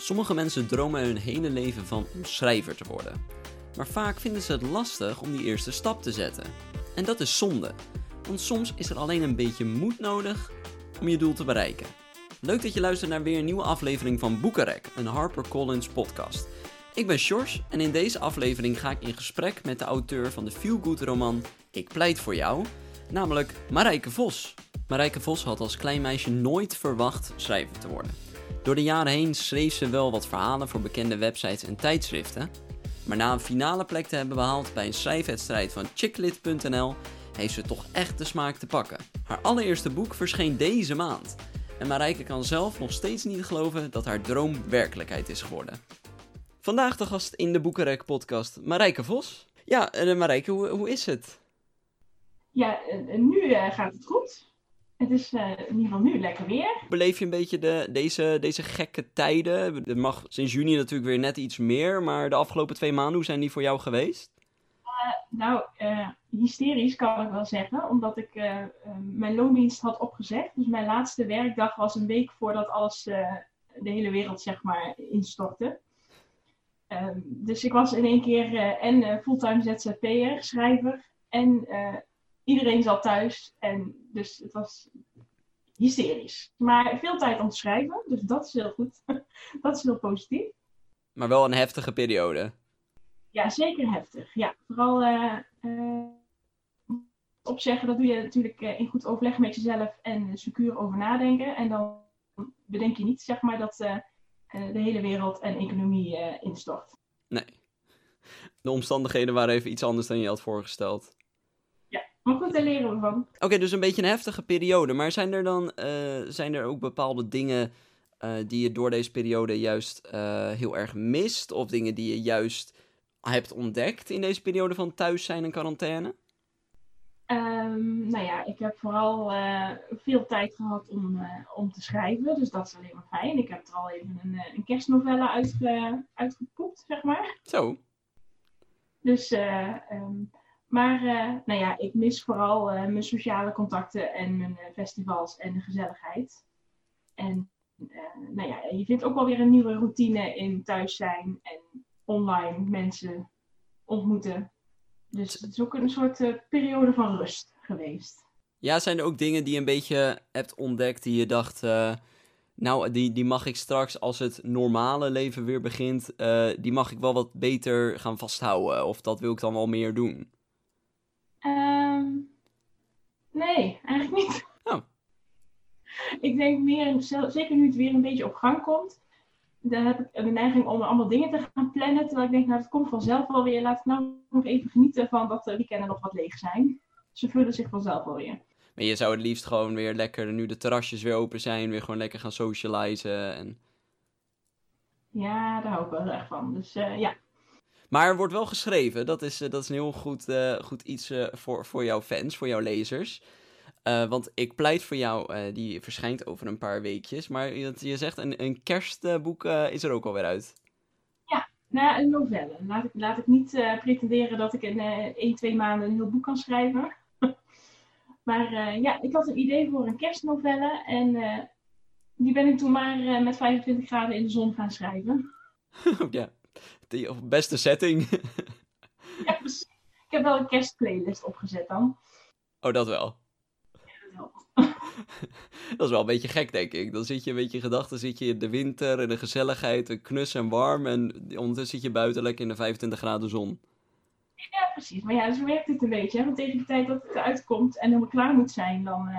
Sommige mensen dromen hun hele leven van om schrijver te worden. Maar vaak vinden ze het lastig om die eerste stap te zetten. En dat is zonde. Want soms is er alleen een beetje moed nodig om je doel te bereiken. Leuk dat je luistert naar weer een nieuwe aflevering van Boekenrek, een HarperCollins podcast. Ik ben Sjors en in deze aflevering ga ik in gesprek met de auteur van de feel-good roman Ik pleit voor jou, namelijk Marijke Vos. Marijke Vos had als klein meisje nooit verwacht schrijver te worden. Door de jaren heen schreef ze wel wat verhalen voor bekende websites en tijdschriften. Maar na een finale plek te hebben behaald bij een schrijfwedstrijd van chicklit.nl heeft ze toch echt de smaak te pakken. Haar allereerste boek verscheen deze maand. En Marijke kan zelf nog steeds niet geloven dat haar droom werkelijkheid is geworden. Vandaag de gast in de Boekenrek podcast, Marijke Vos. Ja, Marijke, hoe is het? Ja, nu gaat het goed. Het is in ieder geval nu lekker weer. Beleef je een beetje deze gekke tijden? Het mag sinds juni natuurlijk weer net iets meer, maar de afgelopen 2 maanden, hoe zijn die voor jou geweest? Hysterisch kan ik wel zeggen, omdat ik mijn loondienst had opgezegd. Dus mijn laatste werkdag was een week voordat alles, de hele wereld zeg maar, instortte. Dus ik was in één keer fulltime ZZP'er, schrijver en iedereen zat thuis. En dus het was hysterisch. Maar veel tijd om te schrijven, dus dat is heel goed. Dat is heel positief. Maar wel een heftige periode. Ja, zeker heftig. Ja, vooral opzeggen, dat doe je natuurlijk in goed overleg met jezelf en secuur over nadenken. En dan bedenk je niet, zeg maar, dat de hele wereld en economie instort. Nee. De omstandigheden waren even iets anders dan je had voorgesteld. Ja, maar goed, daar leren we van. Oké, dus een beetje een heftige periode. Maar zijn er ook bepaalde dingen die je door deze periode juist heel erg mist? Of dingen die je juist hebt ontdekt in deze periode van thuis zijn en quarantaine? Ik heb vooral veel tijd gehad om te schrijven. Dus dat is alleen maar fijn. Ik heb er al even een kerstnovelle uitgepoept, zeg maar. Zo. Dus, ik mis vooral mijn sociale contacten en mijn festivals en de gezelligheid. En je vindt ook wel weer een nieuwe routine in thuis zijn en online mensen ontmoeten. Dus het is ook een soort periode van rust geweest. Ja, zijn er ook dingen die je een beetje hebt ontdekt die je dacht, die mag ik straks als het normale leven weer begint, die mag ik wel wat beter gaan vasthouden? Of dat wil ik dan wel meer doen? Nee, eigenlijk niet. Oh. Ik denk meer, zeker nu het weer een beetje op gang komt, dan heb ik de neiging om allemaal dingen te gaan plannen. Terwijl ik denk, nou, het komt vanzelf wel weer. Laat ik nou nog even genieten van dat de weekenden nog wat leeg zijn. Ze vullen zich vanzelf wel weer. Maar je zou het liefst gewoon weer lekker, nu de terrasjes weer open zijn, weer gewoon lekker gaan socializen. En... Ja, daar hou ik wel heel erg van. Dus ja. Maar er wordt wel geschreven. Dat is een heel goed iets voor jouw fans, voor jouw lezers. Want Ik pleit voor jou, die verschijnt over een paar weekjes. Maar je zegt, een kerstboek is er ook alweer uit. Ja, een novelle. Laat ik niet pretenderen dat ik in 1-2 maanden een heel boek kan schrijven. Maar ik had een idee voor een kerstnovelle. En die ben ik toen maar met 25 graden in de zon gaan schrijven. Ja, de beste setting. Ja, precies. Ik heb wel een kerstplaylist opgezet dan. Oh, dat wel. Ja, Dat is wel een beetje gek, denk ik. Dan zit je een beetje in gedachten, zit je in de winter en de gezelligheid, en knus en warm. En ondertussen zit je buiten lekker in de 25 graden zon. Ja, precies. Maar ja, zo werkt het een beetje. Hè? Want tegen de tijd dat het eruit komt en helemaal klaar moet zijn, dan,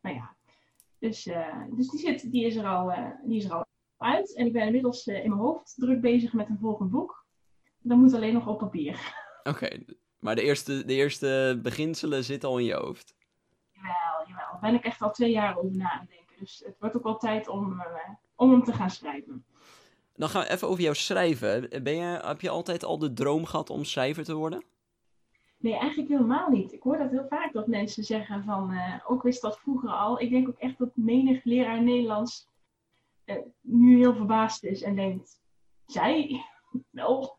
Dus die is er al uit. En ik ben inmiddels in mijn hoofd druk bezig met een volgend boek. Dat moet alleen nog op papier. Oké, maar de eerste beginselen zitten al in je hoofd. Jawel. Daar ben ik echt al 2 jaar over na aan het denken. Dus het wordt ook wel tijd om hem te gaan schrijven. Dan gaan we even over jou schrijven. Heb je altijd al de droom gehad om schrijver te worden? Nee, eigenlijk helemaal niet. Ik hoor dat heel vaak, dat mensen zeggen van, ook wist dat vroeger al. Ik denk ook echt dat menig leraar Nederlands nu heel verbaasd is en denkt, zij? Wel.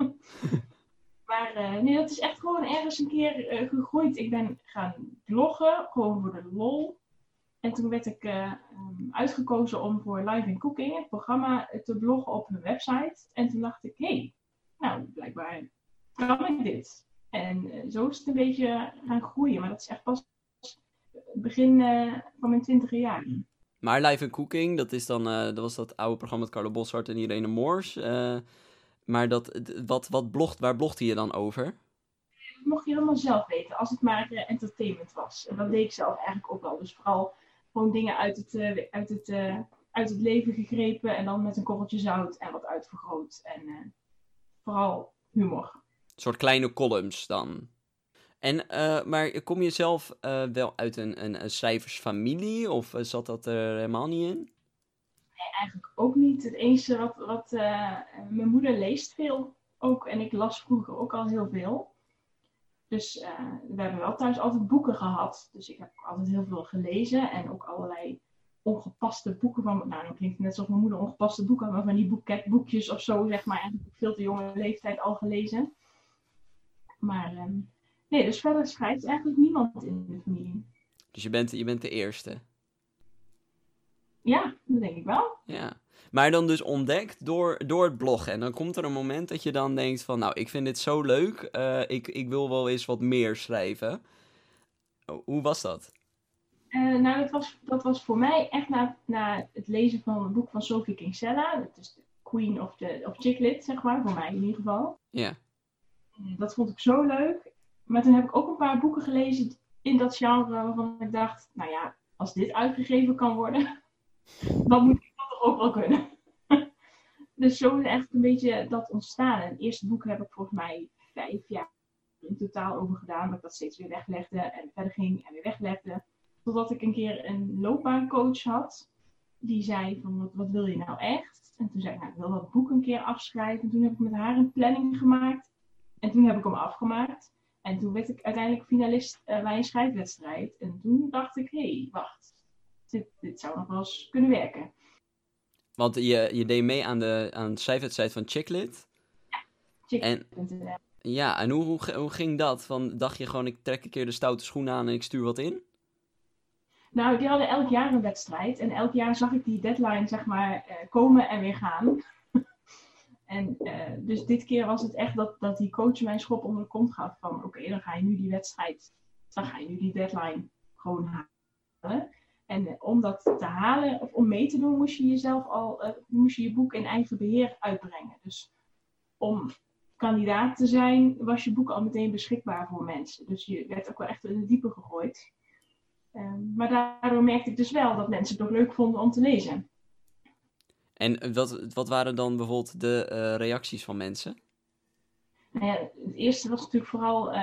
Maar nee, dat is echt gewoon ergens een keer gegroeid. Ik ben gaan bloggen, gewoon voor de lol. En toen werd ik uitgekozen om voor Live in Cooking, het programma, te bloggen op hun website. En toen dacht ik, nou, blijkbaar kan ik dit. En zo is het een beetje gaan groeien. Maar dat is echt pas het begin van mijn 20e jaar. Maar Live in Cooking, dat is dan, dat was dat oude programma met Carlo Boszhard en Irene Moors. Maar waar blogde je dan over? Dat mocht je helemaal zelf weten, als het maar entertainment was. En dat deed ik zelf eigenlijk ook wel. Dus vooral gewoon dingen uit het leven gegrepen en dan met een korreltje zout en wat uitvergroot. En vooral humor. Een soort kleine columns dan. En, maar kom je zelf wel uit een schrijversfamilie of zat dat er helemaal niet in? Nee, eigenlijk ook niet. Het enige wat mijn moeder leest veel ook en ik las vroeger ook al heel veel. Dus we hebben wel thuis altijd boeken gehad. Dus ik heb altijd heel veel gelezen en ook allerlei ongepaste boeken van... Nou, dan klinkt het net alsof mijn moeder ongepaste boeken had, maar van die boekjes of zo, zeg maar. Eigenlijk op veel te jonge leeftijd al gelezen. Maar nee, dus verder schrijft eigenlijk niemand in de familie. Dus je bent de eerste? Ja, dat denk ik wel. Ja. Maar dan dus ontdekt door het bloggen. En dan komt er een moment dat je dan denkt van... Nou, ik vind dit zo leuk. Ik wil wel eens wat meer schrijven. Hoe was dat? Nou, dat was voor mij echt na het lezen van het boek van Sophie Kinsella. Dat is de Queen of Chick Lit, zeg maar. Voor mij in ieder geval. Ja. Dat vond ik zo leuk. Maar toen heb ik ook een paar boeken gelezen in dat genre. Waarvan ik dacht, nou ja, als dit uitgegeven kan worden... dan moet ik dat toch ook wel kunnen. Dus zo is echt een beetje dat ontstaan. En het eerste boek heb ik volgens mij 5 jaar in totaal over gedaan. Dat ik dat steeds weer weglegde en verder ging en weer weglegde. Totdat ik een keer een loopbaancoach had. Die zei van, wat wil je nou echt? En toen zei ik, nou, ik wil dat boek een keer afschrijven. En toen heb ik met haar een planning gemaakt. En toen heb ik hem afgemaakt. En toen werd ik uiteindelijk finalist bij een schrijfwedstrijd. En toen dacht ik, wacht. Dit zou nog wel eens kunnen werken. Want je deed mee aan de schrijfwedstrijd van Chick Lit. Chick.nl. Ja, en hoe ging dat? Dacht je gewoon, ik trek een keer de stoute schoenen aan en ik stuur wat in? Nou, die hadden elk jaar een wedstrijd. En elk jaar zag ik die deadline, zeg maar, komen en weer gaan. En dus dit keer was het echt dat die coach mijn schop onder de kont gaf. Van oké, dan ga je nu die wedstrijd, dan ga je nu die deadline gewoon halen. En om dat te halen, of om mee te doen, moest je je boek in eigen beheer uitbrengen. Dus om kandidaat te zijn, was je boek al meteen beschikbaar voor mensen. Dus je werd ook wel echt in het diepe gegooid. Maar daardoor merkte ik dus wel dat mensen het ook leuk vonden om te lezen. En wat waren dan bijvoorbeeld de reacties van mensen? Nou ja, het eerste was natuurlijk vooral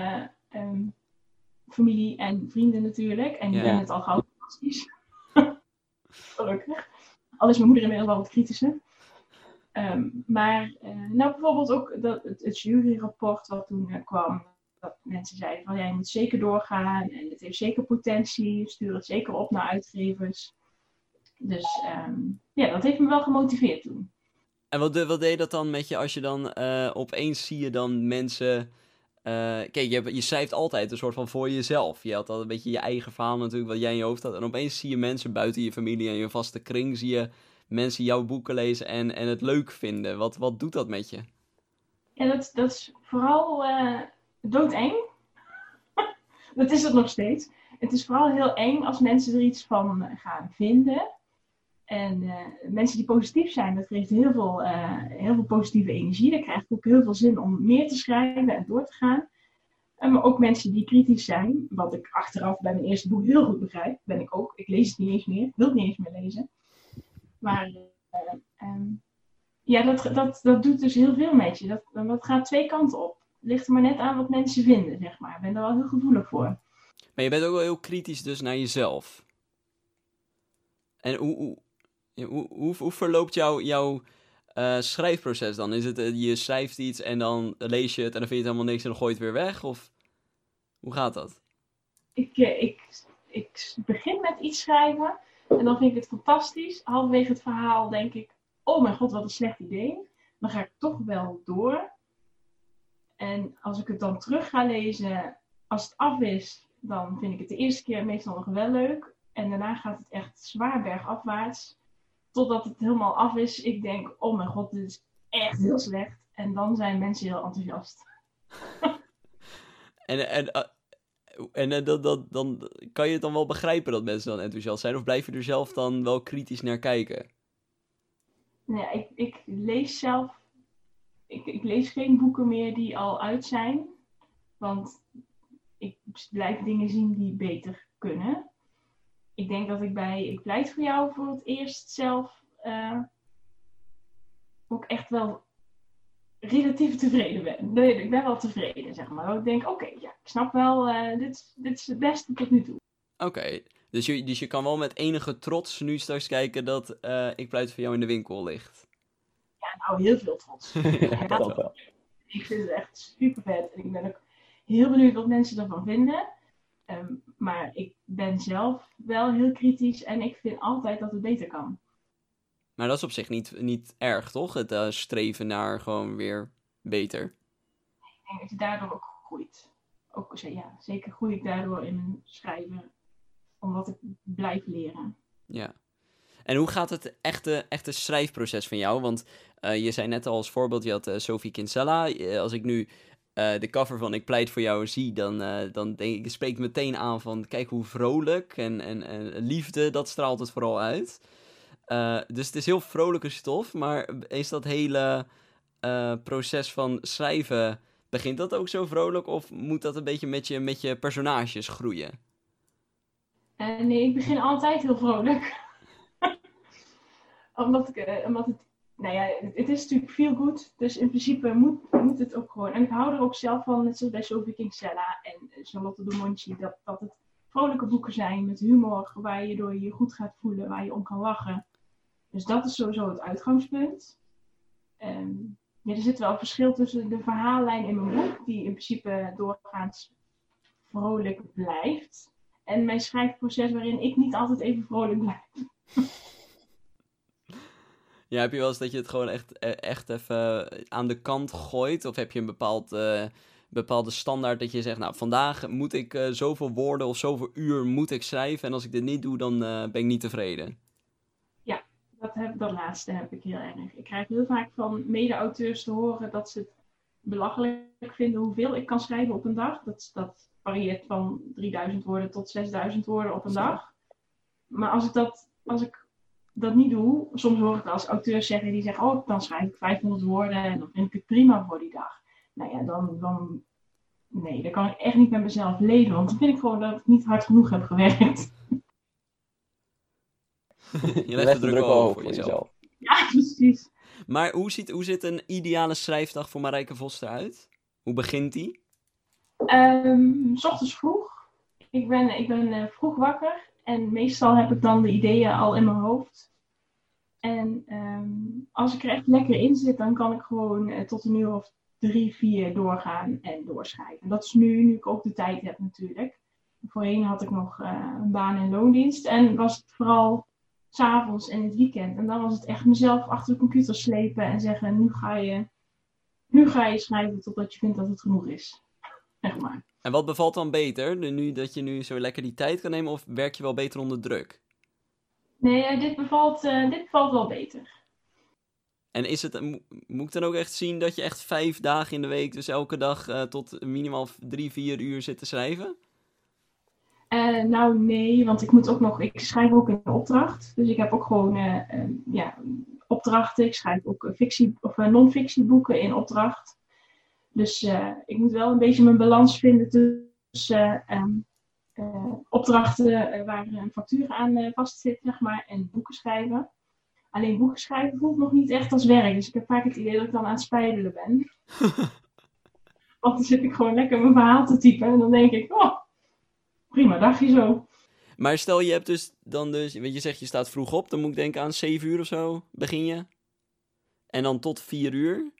familie en vrienden natuurlijk. En die vinden het al gauw fantastisch. Gelukkig. Al is mijn moeder inmiddels wel wat kritischer. Maar nou bijvoorbeeld ook het juryrapport wat toen kwam. Dat mensen zeiden van, je moet zeker doorgaan. En het heeft zeker potentie. Stuur het zeker op naar uitgevers. Dus dat heeft me wel gemotiveerd toen. En wat deed dat dan met je als je dan opeens zie je dan mensen... kijk, je schrijft altijd een soort van voor jezelf. Je had al een beetje je eigen verhaal natuurlijk, wat jij in je hoofd had. En opeens zie je mensen buiten je familie en je vaste kring, zie je mensen jouw boeken lezen en het leuk vinden. Wat doet dat met je? Ja, dat is vooral doodeng. Dat is het nog steeds. Het is vooral heel eng als mensen er iets van gaan vinden. En mensen die positief zijn, dat geeft heel veel positieve energie. Dan krijg ik ook heel veel zin om meer te schrijven en door te gaan. Maar ook mensen die kritisch zijn, wat ik achteraf bij mijn eerste boek heel goed begrijp. Ben ik ook. Ik lees het niet eens meer. Ik wil het niet eens meer lezen. Maar dat doet dus heel veel met je. Dat gaat twee kanten op. Het ligt er maar net aan wat mensen vinden, zeg maar. Ik ben er wel heel gevoelig voor. Maar je bent ook wel heel kritisch dus naar jezelf. En hoe verloopt jouw schrijfproces dan? Is het je schrijft iets en dan lees je het en dan vind je het helemaal niks en dan gooi je het weer weg? Of hoe gaat dat? Ik begin met iets schrijven en dan vind ik het fantastisch. Halverwege het verhaal denk ik, oh mijn god, wat een slecht idee. Dan ga ik toch wel door. En als ik het dan terug ga lezen, als het af is, dan vind ik het de eerste keer meestal nog wel leuk. En daarna gaat het echt zwaar bergafwaarts. Totdat het helemaal af is. Ik denk, oh mijn god, dit is echt heel slecht. En dan zijn mensen heel enthousiast. Dan kan je het dan wel begrijpen dat mensen dan enthousiast zijn? Of blijf je er zelf dan wel kritisch naar kijken? Nou, ik lees zelf... Ik lees geen boeken meer die al uit zijn. Want ik blijf dingen zien die beter kunnen. Ik denk dat ik bij Ik pleit voor jou voor het eerst zelf ook echt wel relatief tevreden ben. Nee, ik ben wel tevreden, zeg maar. Ik denk, oké, ja, ik snap wel, dit is het beste tot nu toe. Oké, dus je kan wel met enige trots nu straks kijken dat Ik pleit voor jou in de winkel ligt. Ja, nou, heel veel trots. Ja, dat wel. Ik vind het echt super vet. En ik ben ook heel benieuwd wat mensen ervan vinden. Maar ik ben zelf wel heel kritisch en ik vind altijd dat het beter kan. Maar dat is op zich niet erg, toch? Het streven naar gewoon weer beter. Ik denk dat je daardoor ook groeit. Ook, ja, zeker groei ik daardoor in mijn schrijven. Omdat ik blijf leren. Ja. En hoe gaat het echte schrijfproces van jou? Want je zei net al als voorbeeld, je had Sophie Kinsella. Als ik nu de cover van Ik pleit voor jou zie, dan denk ik, spreekt meteen aan van kijk hoe vrolijk en liefde, dat straalt het vooral uit. Dus het is heel vrolijke stof, maar is dat hele proces van schrijven, begint dat ook zo vrolijk of moet dat een beetje met je personages groeien? Nee, ik begin altijd heel vrolijk. omdat het, nou ja, het is natuurlijk feel good. Dus in principe moet het ook gewoon. En ik hou er ook zelf van, net zoals bij Sophie Kinsella en Charlotte de Monchi, dat het vrolijke boeken zijn met humor, waar je door je goed gaat voelen, waar je om kan lachen. Dus dat is sowieso het uitgangspunt. Ja, er zit wel een verschil tussen de verhaallijn in mijn boek, die in principe doorgaans vrolijk blijft, en mijn schrijfproces waarin ik niet altijd even vrolijk blijf. Ja, heb je wel eens dat je het gewoon echt even aan de kant gooit? Of heb je een bepaalde standaard dat je zegt, nou, vandaag moet ik zoveel woorden of zoveel uur moet ik schrijven. En als ik dit niet doe, dan ben ik niet tevreden. Ja, dat laatste heb ik heel erg. Ik krijg heel vaak van mede-auteurs te horen dat ze het belachelijk vinden hoeveel ik kan schrijven op een dag. Dat varieert van 3000 woorden tot 6000 woorden op een dag. Maar als ik dat niet doe, soms hoor ik als auteurs zeggen, die zeggen, oh, dan schrijf ik 500 woorden en dan vind ik het prima voor die dag. Nou ja, nee, dan kan ik echt niet met mezelf leven, want dan vind ik gewoon dat ik niet hard genoeg heb gewerkt. Je legt de druk wel hoog voor jezelf. Ja, precies. Maar hoe ziet een ideale schrijfdag voor Marijke Vos eruit? Hoe begint die? 's Ochtends vroeg. Ik ben vroeg wakker. En meestal heb ik dan de ideeën al in mijn hoofd. En als ik er echt lekker in zit, dan kan ik gewoon tot een uur of 3, 4 doorgaan en doorschrijven. Dat is nu ik ook de tijd heb natuurlijk. Voorheen had ik nog een baan in loondienst. En was het vooral 's avonds en het weekend. En dan was het echt mezelf achter de computer slepen en zeggen, nu ga je schrijven totdat je vindt dat het genoeg is. Zeg maar. En wat bevalt dan beter? Nu dat je nu zo lekker die tijd kan nemen of werk je wel beter onder druk? Nee, dit bevalt wel beter. En moet ik dan ook echt zien dat je echt 5 dagen in de week, dus elke dag tot minimaal 3, 4 uur zit te schrijven? Nou nee, want ik schrijf ook in opdracht. Dus ik heb ook gewoon opdrachten. Ik schrijf ook fictie of non-fictieboeken in opdracht. Dus ik moet wel een beetje mijn balans vinden tussen opdrachten waar een factuur aan vastzit, zeg maar, en boeken schrijven. Alleen boeken schrijven voelt nog niet echt als werk. Dus ik heb vaak het idee dat ik dan aan het spijbelen ben. Want dan zit ik gewoon lekker mijn verhaal te typen. En dan denk ik, oh, prima dagje zo. Maar stel je hebt dus, want je zegt je staat vroeg op. Dan moet ik denken aan 7 uur of zo begin je. En dan tot 4 uur.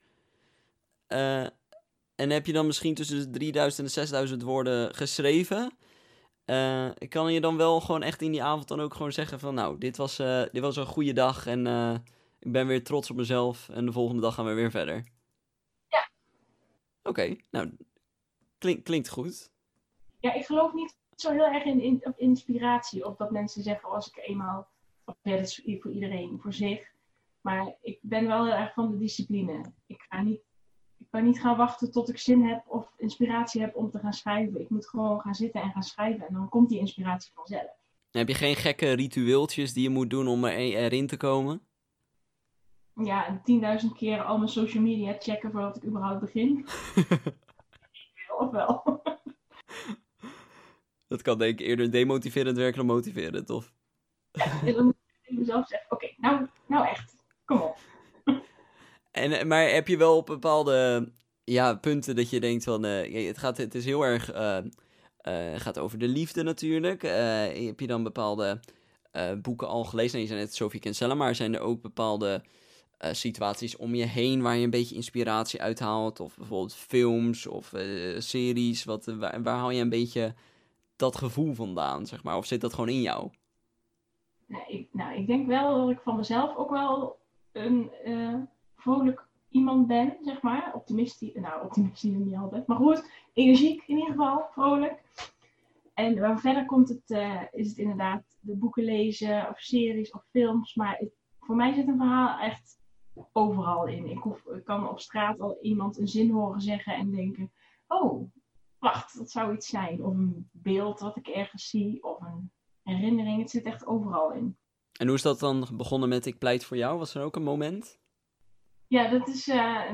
En heb je dan misschien tussen de 3000 en 6000 woorden geschreven. Kan je dan wel gewoon echt in die avond dan ook gewoon zeggen van, nou, dit was een goede dag en ik ben weer trots op mezelf en de volgende dag gaan we weer verder. Ja. Oké, nou, klinkt goed. Ja, ik geloof niet zo heel erg op inspiratie. Of dat mensen zeggen, als ik eenmaal... Of ja, dat is voor iedereen, voor zich. Maar ik ben wel heel erg van de discipline. Ik kan niet gaan wachten tot ik zin heb of inspiratie heb om te gaan schrijven. Ik moet gewoon gaan zitten en gaan schrijven. En dan komt die inspiratie vanzelf. Heb je geen gekke ritueeltjes die je moet doen om erin te komen? Ja, en 10.000 keer al mijn social media checken voordat ik überhaupt begin. Of wel. Dat kan denk ik eerder demotiverend werken dan motiverend, of? En dan moet ik mezelf zeggen, oké, nou echt, kom op. Maar heb je wel op bepaalde punten dat je denkt van... het is heel erg... gaat over de liefde natuurlijk. Heb je dan bepaalde boeken al gelezen? Nou, je zei net Sophie Kinsella, maar zijn er ook bepaalde situaties om je heen waar je een beetje inspiratie uithaalt? Of bijvoorbeeld films of series. Waar haal je een beetje dat gevoel vandaan, zeg maar? Of zit dat gewoon in jou? Ik denk wel dat ik van mezelf ook wel een vrolijk iemand ben, zeg maar. Optimistisch niet altijd. Maar goed, energiek in ieder geval, vrolijk. En waar verder komt is het inderdaad de boeken lezen of series of films. Maar voor mij zit een verhaal echt overal in. Ik kan op straat al iemand een zin horen zeggen en denken... Oh, wacht, dat zou iets zijn. Of een beeld wat ik ergens zie. Of een herinnering. Het zit echt overal in. En hoe is dat dan begonnen met Ik pleit voor jou? Was er ook een moment? Ja, dat is...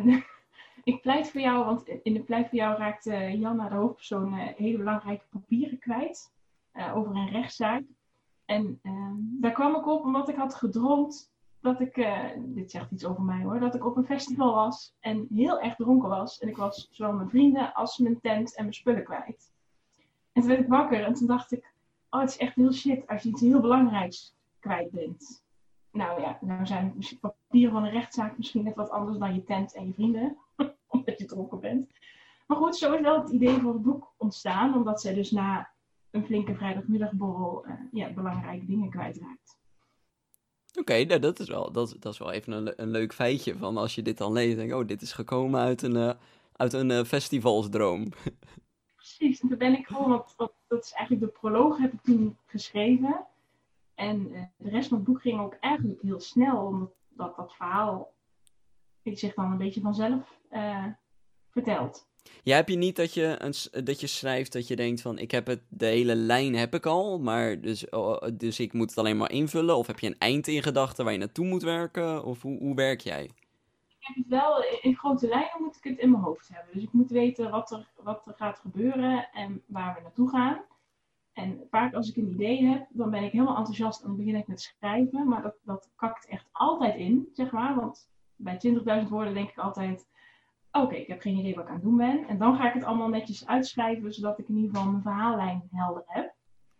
Ik pleit voor jou, want in de pleit voor jou raakt Janna, de hoofdpersoon, hele belangrijke papieren kwijt. Over een rechtszaak. En daar kwam ik op omdat ik had gedroomd dat ik... dit zegt iets over mij hoor. Dat ik op een festival was en heel erg dronken was. En ik was zowel mijn vrienden als mijn tent en mijn spullen kwijt. En toen werd ik wakker en toen dacht ik... Oh, het is echt heel shit als je iets heel belangrijks kwijt bent. Nou ja, nou zijn papieren van een rechtszaak misschien net wat anders dan je tent en je vrienden. Omdat je dronken bent. Maar goed, zo is wel het idee voor het boek ontstaan. Omdat zij dus na een flinke vrijdagmiddagborrel belangrijke dingen kwijtraakt. Oké, nou, dat is wel even een leuk feitje. Van als je dit dan leest, denk ik, oh, dit is gekomen uit een festivalsdroom. Precies, en toen ben ik gewoon, dat is eigenlijk de proloog heb ik toen geschreven. En de rest van het boek ging ook eigenlijk heel snel. Omdat dat verhaal zich dan een beetje vanzelf vertelt. Ja, heb je niet dat je schrijft dat je denkt van... Ik heb de hele lijn heb ik al, maar dus ik moet het alleen maar invullen? Of heb je een eind in gedachten waar je naartoe moet werken? Of hoe werk jij? Ik heb het wel, in grote lijnen moet ik het in mijn hoofd hebben. Dus ik moet weten wat er gaat gebeuren en waar we naartoe gaan. En vaak als ik een idee heb, dan ben ik helemaal enthousiast en dan begin ik met schrijven. Maar dat kakt echt altijd in, zeg maar. Want bij 20.000 woorden denk ik altijd... Oké, ik heb geen idee wat ik aan het doen ben. En dan ga ik het allemaal netjes uitschrijven, zodat ik in ieder geval mijn verhaallijn helder heb.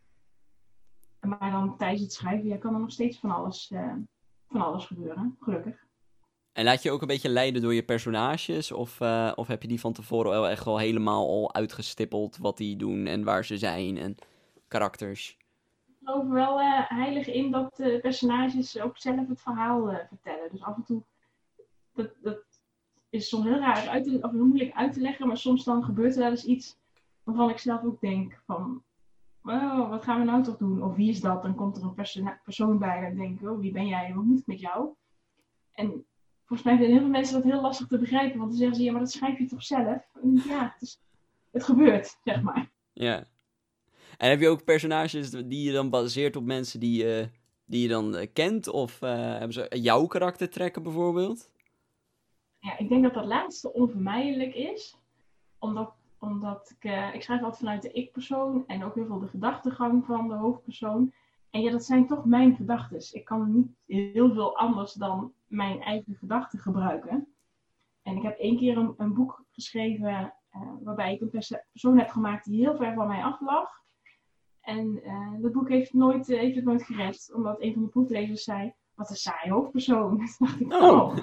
Maar dan tijdens het schrijven kan er nog steeds van alles gebeuren, gelukkig. En laat je ook een beetje leiden door je personages? Of heb je die van tevoren wel echt wel helemaal al uitgestippeld wat die doen en waar ze zijn en karakters? Ik geloof er wel heilig in dat de personages ook zelf het verhaal vertellen. Dus af en toe, dat is soms heel raar of heel moeilijk uit te leggen, maar soms dan gebeurt er wel eens iets waarvan ik zelf ook denk van, oh, wat gaan we nou toch doen? Of wie is dat? Dan komt er een persoon bij en denk ik, oh, wie ben jij? Wat moet ik met jou? En volgens mij vinden heel veel mensen dat heel lastig te begrijpen, want dan zeggen ze, ja, maar dat schrijf je toch zelf? En ja, het gebeurt, zeg maar. Ja. En heb je ook personages die je dan baseert op mensen die je dan kent? Of hebben ze jouw karaktertrekken bijvoorbeeld? Ja, ik denk dat dat laatste onvermijdelijk is. Omdat ik schrijf altijd vanuit de ik-persoon en ook heel veel de gedachtegang van de hoofdpersoon. En ja, dat zijn toch mijn gedachten. Ik kan niet heel veel anders dan mijn eigen gedachten gebruiken. En ik heb 1 keer een boek geschreven waarbij ik een persoon heb gemaakt die heel ver van mij af lag. En dat boek heeft het nooit gered, omdat een van de proeflezers zei, wat een saai hoofdpersoon. Toen dacht ik, oh.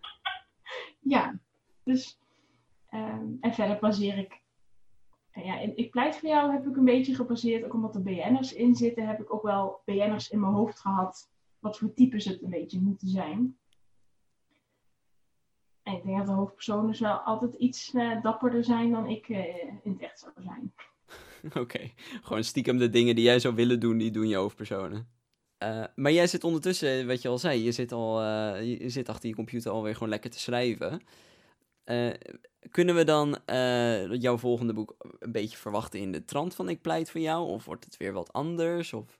Ja, dus en verder baseer ik... Ik pleit voor jou heb ik een beetje gebaseerd, ook omdat er BN'ers in zitten, heb ik ook wel BN'ers in mijn hoofd gehad, wat voor types het een beetje moeten zijn. En ik denk dat de hoofdpersonen wel altijd iets dapperder zijn dan ik in het echt zou zijn. Oké, gewoon stiekem de dingen die jij zou willen doen, die doen je hoofdpersonen. Maar jij zit ondertussen, wat je al zei, je zit achter je computer alweer gewoon lekker te schrijven. Kunnen we dan jouw volgende boek een beetje verwachten in de trant van Ik pleit voor jou? Of wordt het weer wat anders? Of...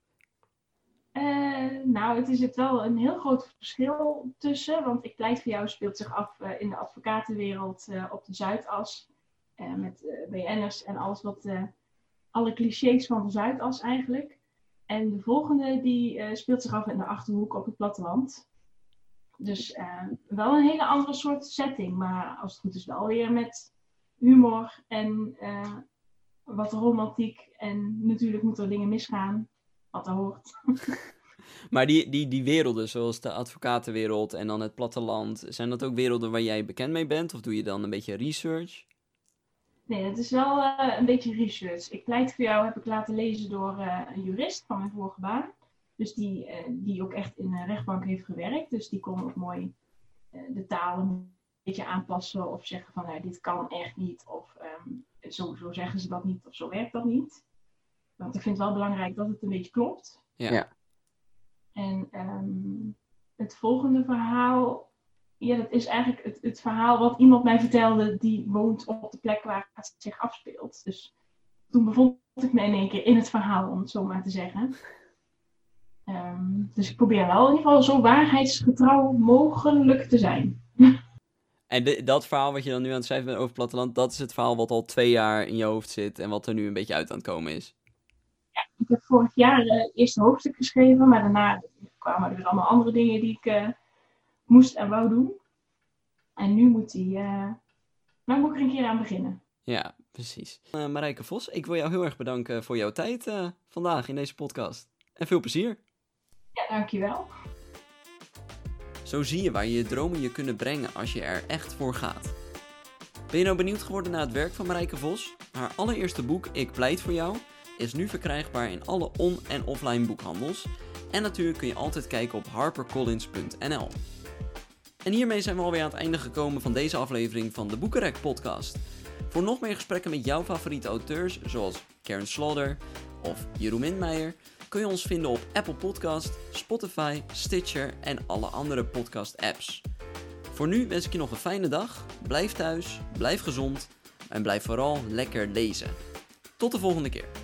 Nou, het is het wel een heel groot verschil tussen. Want Ik pleit voor jou speelt zich af in de advocatenwereld op de Zuidas. Met BN'ers en alles wat... alle clichés van de Zuidas eigenlijk. En de volgende die speelt zich af in de Achterhoek op het platteland. Dus wel een hele andere soort setting. Maar als het goed is wel weer met humor en wat romantiek. En natuurlijk moeten er dingen misgaan. Wat er hoort. Maar die werelden, zoals de advocatenwereld en dan het platteland... zijn dat ook werelden waar jij bekend mee bent? Of doe je dan een beetje research? Nee, het is wel een beetje research. Ik pleit voor jou heb ik laten lezen door een jurist van mijn vorige baan. Dus die ook echt in een rechtbank heeft gewerkt. Dus die kon ook mooi de taal een beetje aanpassen. Of zeggen van, dit kan echt niet. Of zo zeggen ze dat niet. Of zo werkt dat niet. Want ik vind het wel belangrijk dat het een beetje klopt. Ja. En het volgende verhaal... Ja, dat is eigenlijk het verhaal wat iemand mij vertelde. Die woont op de plek waar het zich afspeelt. Dus toen bevond ik me in één keer in het verhaal, om het zo maar te zeggen. Dus ik probeer wel in ieder geval zo waarheidsgetrouw mogelijk te zijn. En dat verhaal wat je dan nu aan het schrijven bent over het platteland... dat is het verhaal wat al 2 jaar in je hoofd zit... en wat er nu een beetje uit aan het komen is. Ja, ik heb vorig jaar het eerste hoofdstuk geschreven. Maar daarna kwamen er weer allemaal andere dingen die ik... moest en wou doen. En nu moet ik er een keer aan beginnen. Ja, precies. Marijke Vos, ik wil jou heel erg bedanken voor jouw tijd vandaag in deze podcast. En veel plezier. Ja, dankjewel. Zo zie je waar je dromen je kunnen brengen als je er echt voor gaat. Ben je nou benieuwd geworden naar het werk van Marijke Vos? Haar allereerste boek, Ik pleit voor jou, is nu verkrijgbaar in alle on- en offline boekhandels. En natuurlijk kun je altijd kijken op harpercollins.nl. En hiermee zijn we alweer aan het einde gekomen van deze aflevering van de Boekenrek podcast. Voor nog meer gesprekken met jouw favoriete auteurs, zoals Karen Slaughter of Jeroen Mindmeijer, kun je ons vinden op Apple Podcast, Spotify, Stitcher en alle andere podcast apps. Voor nu wens ik je nog een fijne dag, blijf thuis, blijf gezond en blijf vooral lekker lezen. Tot de volgende keer.